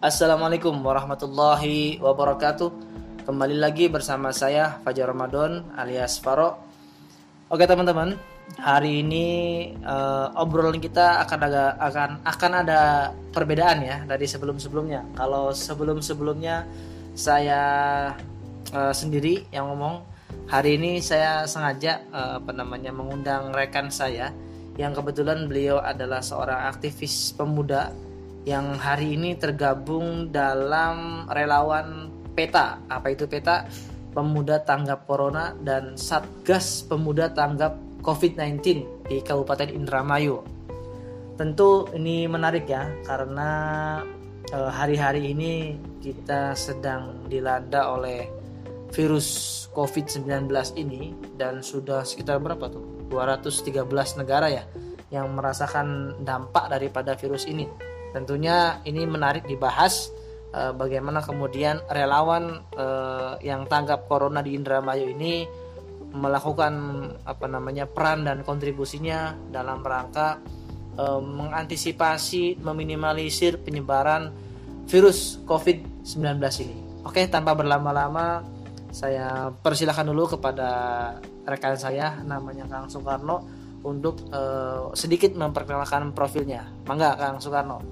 Assalamualaikum warahmatullahi wabarakatuh. Kembali lagi bersama saya Fajar Ramadan alias Faro. Oke teman-teman, hari ini obrolan kita akan ada perbedaan ya dari sebelum-sebelumnya. Kalau sebelum-sebelumnya saya sendiri yang ngomong, hari ini saya sengaja mengundang rekan saya yang kebetulan beliau adalah seorang aktivis pemuda yang hari ini tergabung dalam relawan PETA. Apa itu PETA? Pemuda Tanggap Corona dan Satgas Pemuda Tanggap COVID-19 di Kabupaten Indramayu. Tentu ini menarik ya, karena hari-hari ini kita sedang dilanda oleh virus COVID-19 ini, dan sudah sekitar berapa tuh? 213 negara ya yang merasakan dampak daripada virus ini. Tentunya ini menarik dibahas, bagaimana kemudian relawan yang tanggap corona di Indramayu ini melakukan peran dan kontribusinya dalam rangka mengantisipasi, meminimalisir penyebaran virus COVID-19 ini. Oke, tanpa berlama-lama saya persilahkan dulu kepada rekan saya namanya Kang Soekarno untuk sedikit memperkenalkan profilnya. Mangga Kang Soekarno.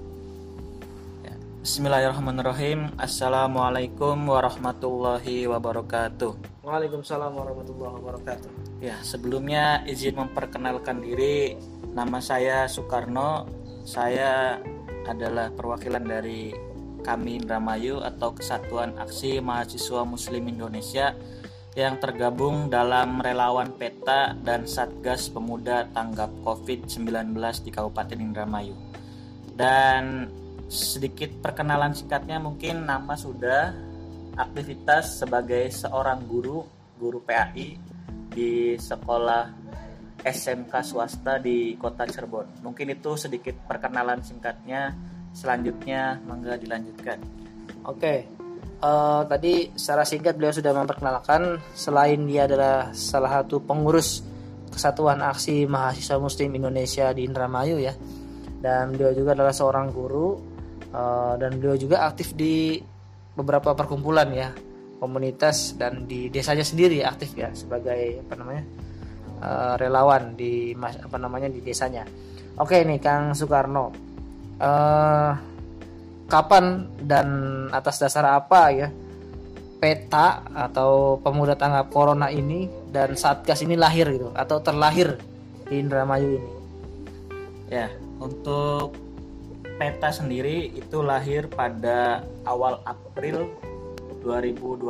Bismillahirrahmanirrahim. Assalamualaikum warahmatullahi wabarakatuh. Waalaikumsalam warahmatullahi wabarakatuh. Ya, sebelumnya izin memperkenalkan diri. Nama saya Soekarno. Saya adalah perwakilan dari kami Indramayu atau Kesatuan Aksi Mahasiswa Muslim Indonesia yang tergabung dalam relawan PETA dan Satgas Pemuda Tanggap COVID-19 di Kabupaten Indramayu. Dan sedikit perkenalan singkatnya, mungkin nama sudah, aktivitas sebagai seorang guru PAI di sekolah SMK swasta di Kota Cirebon. Mungkin itu sedikit perkenalan singkatnya. Selanjutnya mangga dilanjutkan. Oke. Tadi secara singkat beliau sudah memperkenalkan, selain dia adalah salah satu pengurus Kesatuan Aksi Mahasiswa Muslim Indonesia di Indramayu ya, dan beliau juga adalah seorang guru, dan beliau juga aktif di beberapa perkumpulan ya, komunitas, dan di desanya sendiri aktif ya sebagai relawan di di desanya. Oke nih Kang Soekarno, kapan dan atas dasar apa ya PETA atau Pemuda Tanggap Corona ini dan Satgas ini lahir gitu atau terlahir di Indramayu ini? Ya, untuk PETA sendiri itu lahir pada awal April 2020,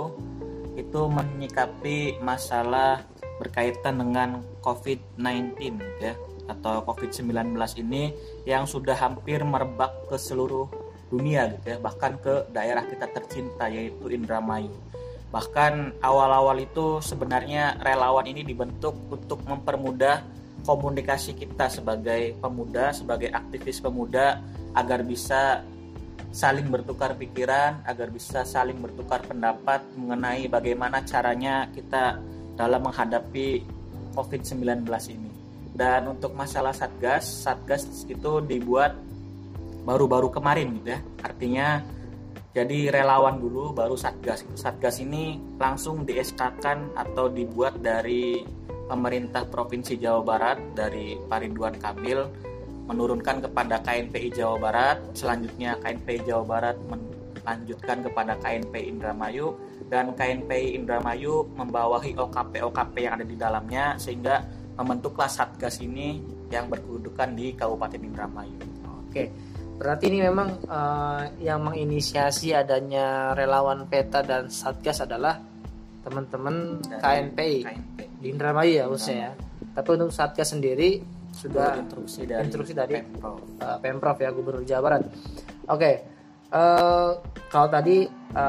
itu menyikapi masalah berkaitan dengan COVID-19 ya, atau COVID-19 ini yang sudah hampir merebak ke seluruh dunia gitu ya, bahkan ke daerah kita tercinta yaitu Indramayu. Bahkan awal-awal itu sebenarnya relawan ini dibentuk untuk mempermudah komunikasi kita sebagai pemuda, sebagai aktivis pemuda, agar bisa saling bertukar pikiran, agar bisa saling bertukar pendapat mengenai bagaimana caranya kita dalam menghadapi COVID-19 ini. Dan untuk masalah Satgas itu dibuat baru-baru kemarin gitu ya. Artinya jadi relawan dulu baru Satgas. Satgas ini langsung di-SK-kan atau dibuat dari pemerintah Provinsi Jawa Barat, dari Pak Ridwan Kamil, menurunkan kepada KNPI Jawa Barat. Selanjutnya KNPI Jawa Barat melanjutkan kepada KNPI Indramayu, dan KNPI Indramayu membawahi OKP-OKP yang ada di dalamnya, sehingga membentuklah Satgas ini yang berkedudukan di Kabupaten Indramayu. Oke, berarti ini memang yang menginisiasi adanya relawan PETA dan Satgas adalah teman-teman KNPI di Indramayu ya khususnya ya. Tapi untuk Satgas sendiri sudah instruksi dari Pemprov ya, Gubernur Jawa Barat. Oke. Kalau tadi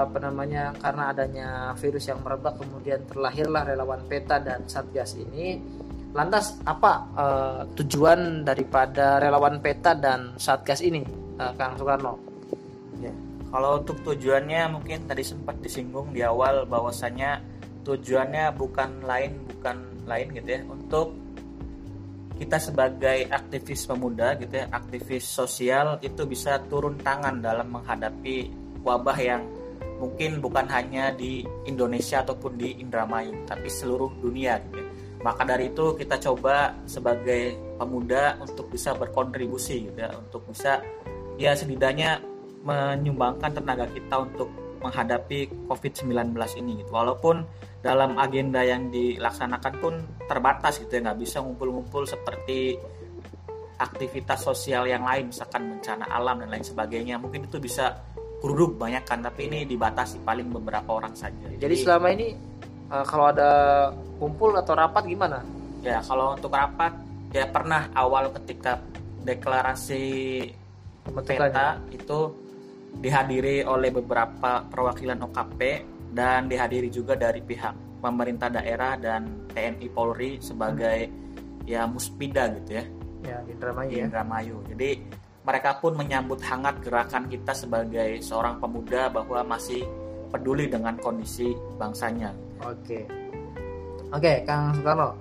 karena adanya virus yang merebak kemudian terlahirlah relawan PETA dan Satgas ini. Lantas apa tujuan daripada relawan PETA dan Satgas ini, Kang Soekarno? Ya. Kalau untuk tujuannya mungkin tadi sempat disinggung di awal bahwasanya tujuannya bukan lain gitu ya, untuk kita sebagai aktivis pemuda gitu ya, aktivis sosial itu bisa turun tangan dalam menghadapi wabah yang mungkin bukan hanya di Indonesia ataupun di Indramayu, tapi seluruh dunia gitu ya. Maka dari itu kita coba sebagai pemuda untuk bisa berkontribusi gitu ya, untuk bisa ya setidaknya menyumbangkan tenaga kita untuk menghadapi COVID-19 ini gitu. Walaupun dalam agenda yang dilaksanakan pun terbatas gitu ya, nggak bisa ngumpul-ngumpul seperti aktivitas sosial yang lain, misalkan bencana alam dan lain sebagainya. Mungkin itu bisa kuruduk banyak kan, tapi ini dibatasi paling beberapa orang saja. Jadi selama ini kalau ada kumpul atau rapat gimana? Ya kalau untuk rapat ya pernah awal ketika deklarasi peta itu dihadiri oleh beberapa perwakilan OKP dan dihadiri juga dari pihak pemerintah daerah dan TNI Polri sebagai ya muspida gitu ya. Ya di Indramayu di Indramayu. Jadi mereka pun menyambut hangat gerakan kita sebagai seorang pemuda bahwa masih peduli dengan kondisi bangsanya. Oke, Kang Soekarno.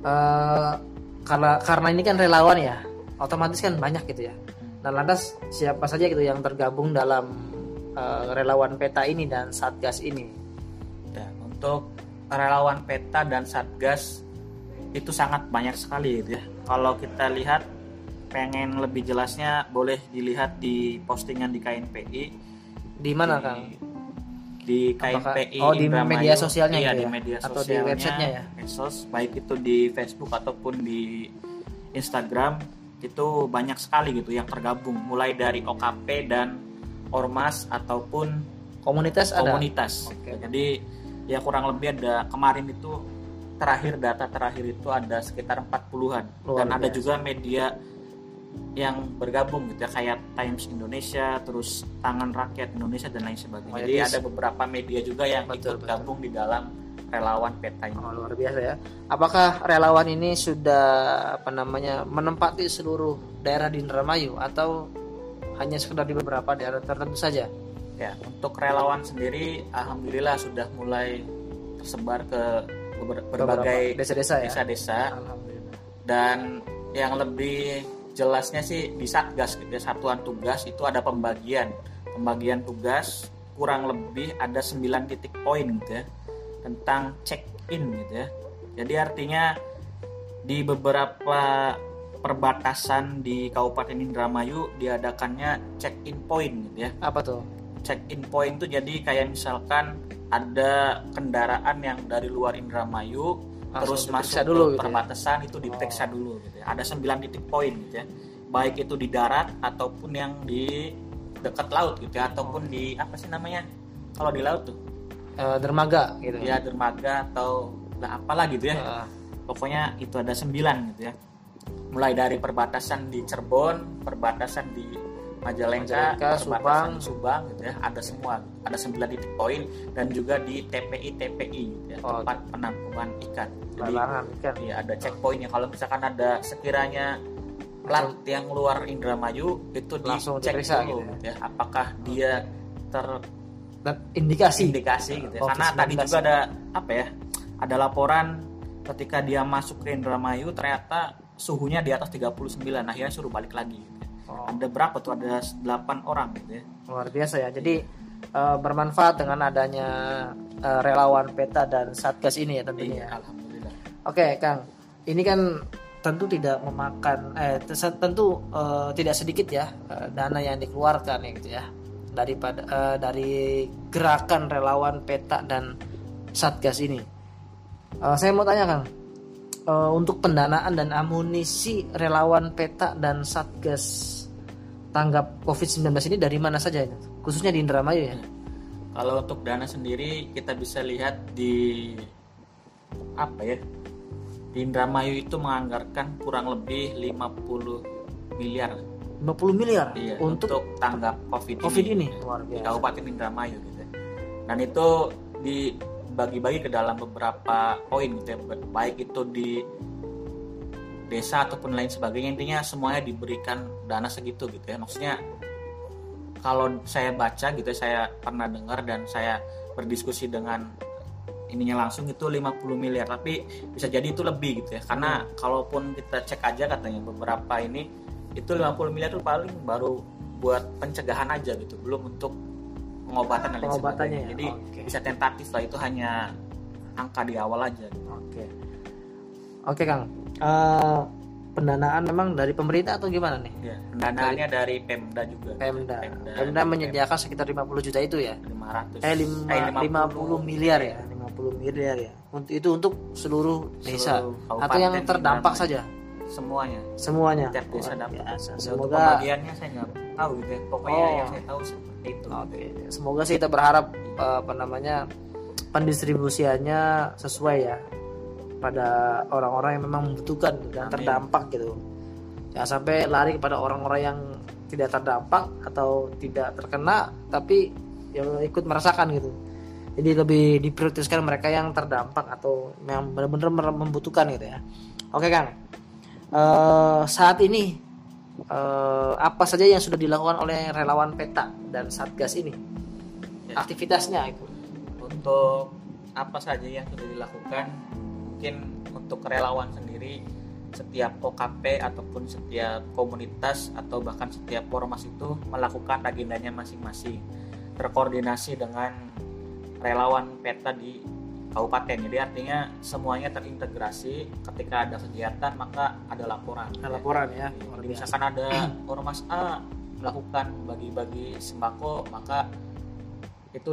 Karena ini kan relawan ya, otomatis kan banyak gitu ya. Nah, lantas siapa saja gitu yang tergabung dalam relawan peta ini dan Satgas ini? Ya, untuk relawan peta dan Satgas itu sangat banyak sekali gitu ya. Kalau kita lihat, pengen lebih jelasnya boleh dilihat di postingan di KNPI. Di mana Kang? Di KNPI di media sosialnya iya, gitu di ya? media Atau sosialnya, di websitenya ya? Medsos, baik itu di Facebook ataupun di Instagram, itu banyak sekali gitu yang tergabung, mulai dari OKP dan Ormas ataupun komunitas. Okay. Jadi ya kurang lebih ada, kemarin itu data terakhir itu ada sekitar 40-an. Dan ada juga media yang bergabung gitu ya, kayak Times Indonesia, terus Tangan Rakyat Indonesia dan lain sebagainya. Jadi ada beberapa media juga yang ikut gabung di dalam relawan peta ini. Luar biasa ya. Apakah relawan ini sudah menempati seluruh daerah di Indramayu atau hanya sekedar di beberapa daerah tertentu saja? Ya, untuk relawan sendiri alhamdulillah sudah mulai tersebar ke berbagai desa-desa. Alhamdulillah. Dan yang lebih jelasnya sih di Satgas gitu ya, satuan tugas itu ada pembagian tugas, kurang lebih ada 9 titik poin gitu ya, tentang check-in gitu ya. Jadi artinya di beberapa perbatasan di Kabupaten Indramayu diadakannya check-in point gitu ya. Apa tuh? Check-in point itu jadi kayak misalkan ada kendaraan yang dari luar Indramayu terus masuk dulu ke perbatasan gitu ya? Itu diperiksa dulu gitu ya. Ada 9 titik poin gitu ya. Baik itu di darat ataupun yang di dekat laut gitu ya, ataupun di apa sih namanya? Kalau di laut tuh dermaga gitu. Ya, dermaga atau apalah gitu ya. Pokoknya itu ada 9 gitu ya. Mulai dari perbatasan di Cirebon, perbatasan di Majalengka, perbatasan Subang gitu ya. Ada semua. Ada 9 titik poin dan juga di TPI gitu ya, tempat penampungan ikan. Jadi ya ada checkpointnya. Kalau misalkan ada sekiranya plat yang luar Indramayu itu langsung dicek dulu gitu ya. Apakah dia indikasi gitu ya. Karena tadi juga ada laporan ketika dia masuk ke Indramayu ternyata suhunya di atas 39, akhirnya suruh balik lagi gitu ya. Ada berapa tuh, ada 8 orang gitu ya. Luar biasa ya. Jadi bermanfaat dengan adanya relawan peta dan Satgas ini ya tentunya. Alhamdulillah. Oke Kang, ini kan tentu tidak memakan tidak sedikit ya dana yang dikeluarkan ya gitu ya, dari gerakan relawan peta dan Satgas ini. Saya mau tanya Kang, untuk pendanaan dan amunisi relawan peta dan Satgas tanggap COVID-19 ini dari mana saja, khususnya di Indramayu ya? Kalau untuk dana sendiri kita bisa lihat di di Indramayu itu menganggarkan kurang lebih 50 miliar. 50 miliar iya, untuk tanggap COVID ini di Kabupaten Indramayu gitu. Dan itu dibagi-bagi ke dalam beberapa poin gitu ya. Baik itu di desa ataupun lain sebagainya, intinya semuanya diberikan dana segitu gitu ya. Maksudnya kalau saya baca gitu ya, saya pernah dengar dan saya berdiskusi dengan ininya langsung itu 50 miliar, tapi bisa jadi itu lebih gitu ya, karena kalaupun kita cek aja katanya beberapa ini itu 50 miliar itu paling baru buat pencegahan aja gitu, belum untuk pengobatan dan lain sebagainya. Ya? Jadi bisa tentatif lah, itu hanya angka di awal aja gitu. Oke Kang, pendanaan memang dari pemerintah atau gimana nih? Ya, pendanaannya dari Pemda juga. Pemda menyediakan sekitar 50 juta itu ya? 50 miliar ya? 50 miliar ya? Itu untuk seluruh desa atau yang terdampak saja? Semuanya. Setiap desa dapat. Semoga pembagiannya saya nggak tahu gitu ya. Pokoknya yang saya tahu seperti itu. Semoga sih kita berharap pendistribusiannya sesuai ya pada orang-orang yang memang membutuhkan dan terdampak gitu. Jangan sampai lari kepada orang-orang yang tidak terdampak atau tidak terkena tapi yang ikut merasakan gitu. Jadi lebih diprioritaskan mereka yang terdampak atau yang benar-benar membutuhkan gitu ya. Oke Kang, saat ini apa saja yang sudah dilakukan oleh relawan PETA dan Satgas ini? Aktivitasnya itu. Untuk apa saja yang sudah dilakukan, mungkin untuk relawan sendiri, setiap OKP ataupun setiap komunitas atau bahkan setiap ormas itu melakukan agendanya masing-masing, terkoordinasi dengan relawan PETA di kabupaten. Jadi artinya semuanya terintegrasi. Ketika ada kegiatan maka ada laporan. Ya. Jadi misalkan ada ormas A melakukan bagi-bagi sembako, maka itu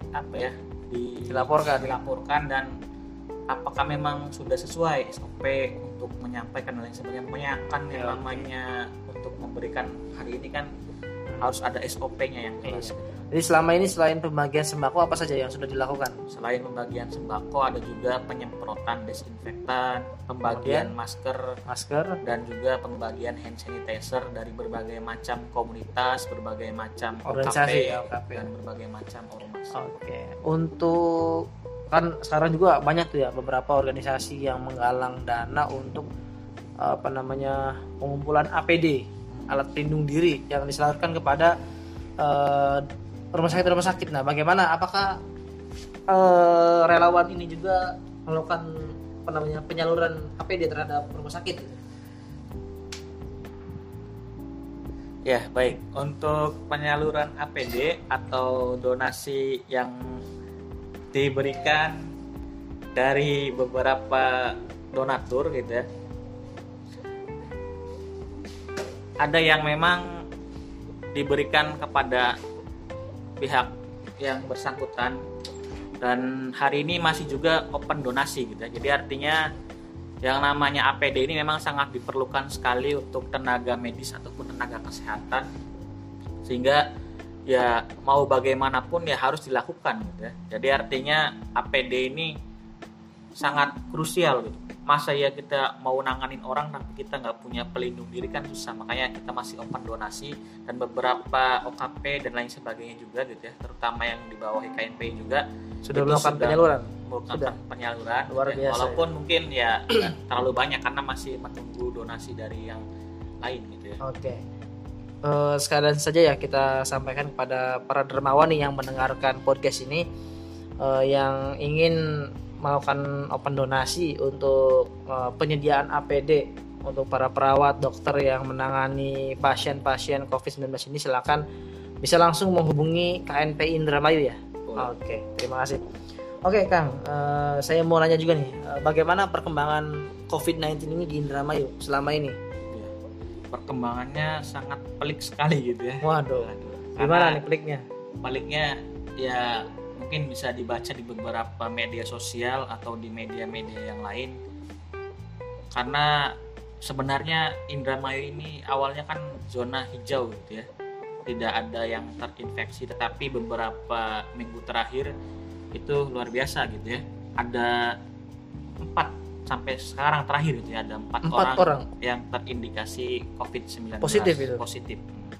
dilaporkan dan apakah memang sudah sesuai SOP untuk menyampaikan dan lain sebagainya. Pokoknya kan yang namanya untuk memberikan hari ini kan harus ada SOP-nya yang jelas. Jadi selama ini selain pembagian sembako apa saja yang sudah dilakukan? Selain pembagian sembako ada juga penyemprotan desinfektan, pembagian masker dan juga pembagian hand sanitizer dari berbagai macam komunitas, berbagai macam organisasi OKP dan berbagai macam ormas. Untuk kan sekarang juga banyak tuh ya beberapa organisasi yang menggalang dana untuk pengumpulan APD, alat pelindung diri yang disalurkan kepada rumah sakit. Nah, bagaimana? Apakah relawan ini juga melakukan penyaluran APD terhadap rumah sakit? Ya, baik. Untuk penyaluran APD atau donasi yang diberikan dari beberapa donatur gitu ya. Ada yang memang diberikan kepada pihak yang bersangkutan dan hari ini masih juga open donasi gitu ya. Jadi artinya yang namanya APD ini memang sangat diperlukan sekali untuk tenaga medis ataupun tenaga kesehatan, sehingga ya mau bagaimanapun ya harus dilakukan gitu ya. Jadi artinya APD ini sangat krusial gitu. Masa ya kita mau nanganin orang tapi kita nggak punya pelindung diri kan susah. Makanya kita masih open donasi dan beberapa OKP dan lain sebagainya juga gitu ya, terutama yang di bawah KNPI juga sudah melakukan penyaluran. Luar biasa, walaupun ya. Mungkin ya terlalu banyak karena masih menunggu donasi dari yang lain gitu ya. Sekalian saja ya kita sampaikan kepada para dermawan nih yang mendengarkan podcast ini, yang ingin melakukan open donasi untuk penyediaan APD untuk para perawat, dokter yang menangani pasien-pasien COVID-19 ini, silakan bisa langsung menghubungi KNPI Indramayu ya. Terima kasih. Kang, saya mau nanya juga nih, bagaimana perkembangan COVID-19 ini di Indramayu selama ini? Perkembangannya sangat pelik sekali gitu ya. Waduh. Gimana nih peliknya? Peliknya ya mungkin bisa dibaca di beberapa media sosial atau di media-media yang lain. Karena sebenarnya Indramayu ini awalnya kan zona hijau gitu ya. Tidak ada yang terinfeksi, tetapi beberapa minggu terakhir itu luar biasa gitu ya. Ada 4 sampai sekarang terakhir gitu ya, ada 4 orang yang terindikasi COVID-19 positif.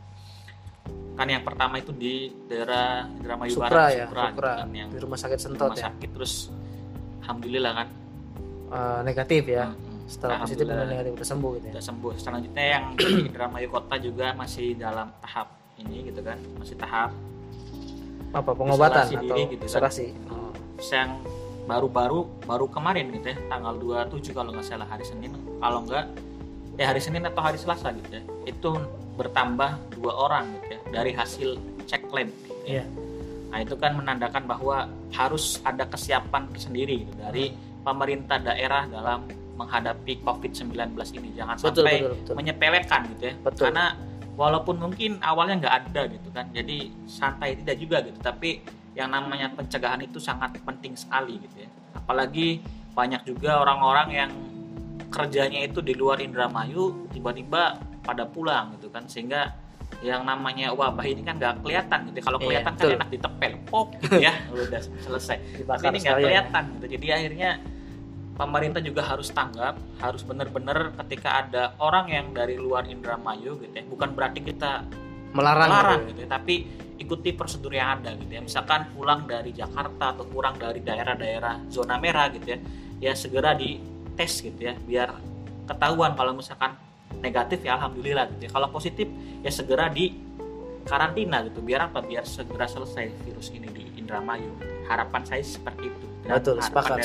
Kan yang pertama itu di daerah Indramayu Barat, Supra kan, yang di rumah sakit Sentot terus alhamdulillah kan negatif ya. Setelah positif dan negatif udah sembuh gitu ya. Udah sembuh. Selanjutnya yang di Indramayu Kota juga masih dalam tahap ini gitu kan, masih tahap pengobatan atau diri gitu kan. Yang baru kemarin gitu ya, tanggal 27 kalau nggak salah, hari Senin, kalau nggak hari Senin atau hari Selasa gitu ya, itu bertambah 2 orang gitu ya dari hasil cek lab gitu ya. Nah itu kan menandakan bahwa harus ada kesiapan sendiri gitu dari pemerintah daerah dalam menghadapi COVID-19 ini. Jangan sampai betul. Menyepelekan gitu ya. Betul. Karena walaupun mungkin awalnya nggak ada gitu kan, jadi santai tidak juga gitu. Tapi yang namanya pencegahan itu sangat penting sekali gitu ya. Apalagi banyak juga orang-orang yang kerjanya itu di luar Indramayu, tiba-tiba pada pulang gitu kan, sehingga yang namanya wabah ini kan nggak kelihatan gitu. Kalau kelihatan kan enak ditepel, pop gitu ya, udah selesai. Tapi ini nggak kelihatan gitu. Jadi akhirnya pemerintah juga harus tanggap, harus benar-benar ketika ada orang yang dari luar Indramayu gitu ya, bukan berarti kita melarang gitu ya, tapi ikuti prosedur yang ada gitu ya. Misalkan pulang dari Jakarta atau pulang dari daerah-daerah zona merah gitu ya, ya segera dites gitu ya, biar ketahuan. Kalau misalkan negatif ya alhamdulillah gitu ya. Kalau positif ya segera di karantina gitu. Biar apa? Biar segera selesai virus ini di Indramayu. Harapan saya seperti itu. Betul, sepakat.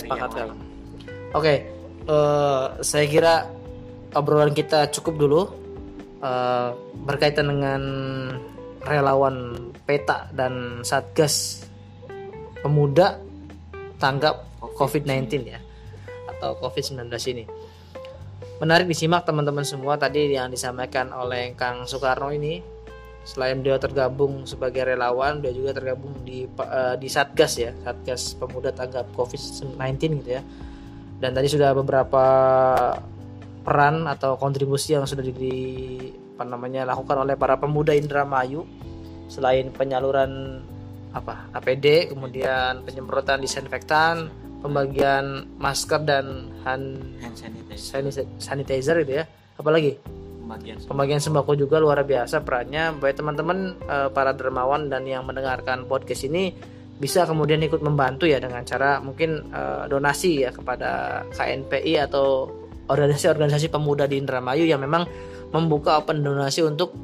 Oke, saya kira obrolan kita cukup dulu berkaitan dengan relawan PETA dan Satgas Pemuda Tanggap COVID-19 ya, atau COVID-19 ini. Menarik disimak teman-teman semua tadi yang disampaikan oleh Kang Soekarno ini. Selain dia tergabung sebagai relawan, dia juga tergabung di Satgas ya, Satgas Pemuda Tanggap COVID-19 gitu ya. Dan tadi sudah beberapa peran atau kontribusi yang sudah lakukan oleh para pemuda Indramayu, selain penyaluran APD, kemudian penyemprotan disinfektan, pembagian masker dan hand sanitizer gitu ya. Apalagi pembagian sembako juga luar biasa perannya. Baik teman-teman para dermawan dan yang mendengarkan podcast ini bisa kemudian ikut membantu ya dengan cara mungkin donasi ya kepada KNPI atau organisasi-organisasi pemuda di Indramayu yang memang membuka open donasi untuk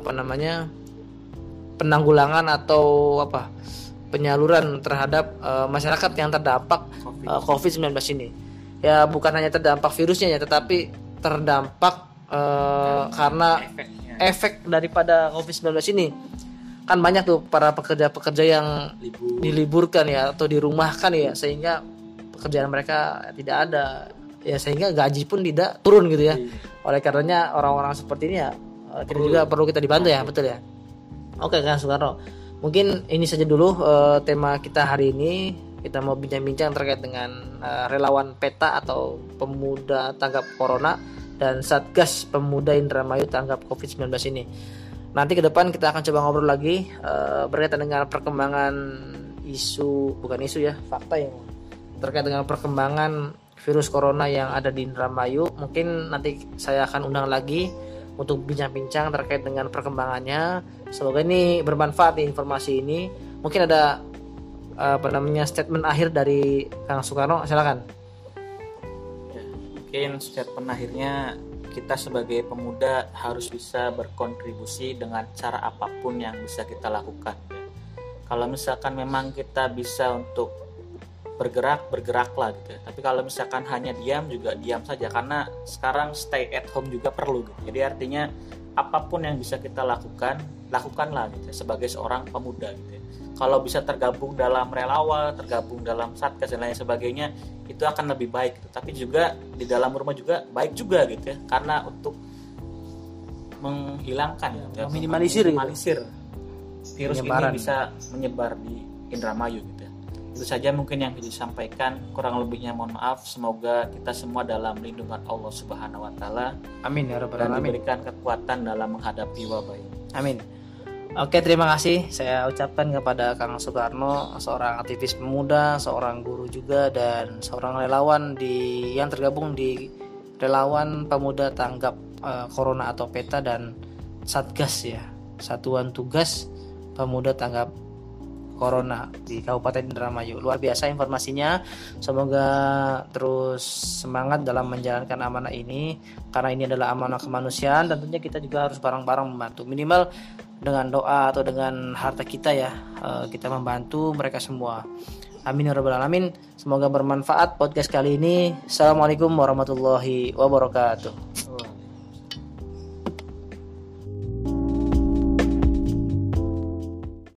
penanggulangan atau penyaluran terhadap masyarakat yang terdampak COVID-19 ini. Ya bukan hanya terdampak virusnya ya, tetapi terdampak karena efek daripada COVID-19 ini. Kan banyak tuh para pekerja-pekerja yang diliburkan ya atau dirumahkan ya, sehingga pekerjaan mereka tidak ada ya, sehingga gaji pun tidak turun gitu ya. Oleh karenanya orang-orang seperti ini ya kita juga perlu kita dibantu ya, betul ya. Oke Kang Soekarno, mungkin ini saja dulu tema kita hari ini. Kita mau bincang-bincang terkait dengan relawan PETA atau Pemuda Tanggap Corona dan Satgas Pemuda Indramayu Tanggap COVID-19 ini. Nanti ke depan kita akan coba ngobrol lagi berkaitan dengan perkembangan fakta yang terkait dengan perkembangan virus corona yang ada di Indramayu. Mungkin nanti saya akan undang lagi untuk bincang-bincang terkait dengan perkembangannya. Semoga ini bermanfaat di informasi ini. Mungkin ada statement akhir dari Kang Soekarno, silakan. Ya, mungkin statement akhirnya, kita sebagai pemuda harus bisa berkontribusi dengan cara apapun yang bisa kita lakukan. Kalau misalkan memang kita bisa untuk bergeraklah gitu ya. Tapi kalau misalkan hanya diam juga diam saja, karena sekarang stay at home juga perlu gitu. Jadi artinya apapun yang bisa kita lakukanlah gitu ya, sebagai seorang pemuda gitu ya. Kalau bisa tergabung dalam relawan, tergabung dalam satgas dan lain sebagainya, itu akan lebih baik gitu. Tapi juga di dalam rumah juga baik juga gitu ya, karena untuk menghilangkan minimalisir virus ini bisa menyebar di Indramayu gitu ya. Itu saja mungkin yang bisa disampaikan, kurang lebihnya mohon maaf. Semoga kita semua dalam lindungan Allah Subhanahu wa taala. Amin ya rabbal alamin. Dan alamin. diberikan kekuatan dalam menghadapi wabah ini. Amin. Oke, terima kasih saya ucapkan kepada Kang Soekarno, seorang aktivis pemuda, seorang guru juga, dan seorang relawan yang tergabung di Relawan Pemuda Tanggap Corona atau PETA dan Satgas ya, Satuan Tugas Pemuda Tanggap Corona di Kabupaten Indramayu. Luar biasa informasinya. Semoga terus semangat dalam menjalankan amanah ini, karena ini adalah amanah kemanusiaan, dan tentunya kita juga harus bareng-bareng membantu. Minimal dengan doa atau dengan harta kita ya, kita membantu mereka semua. Amin ya rabbal alamin. Semoga bermanfaat podcast kali ini. Assalamualaikum warahmatullahi wabarakatuh.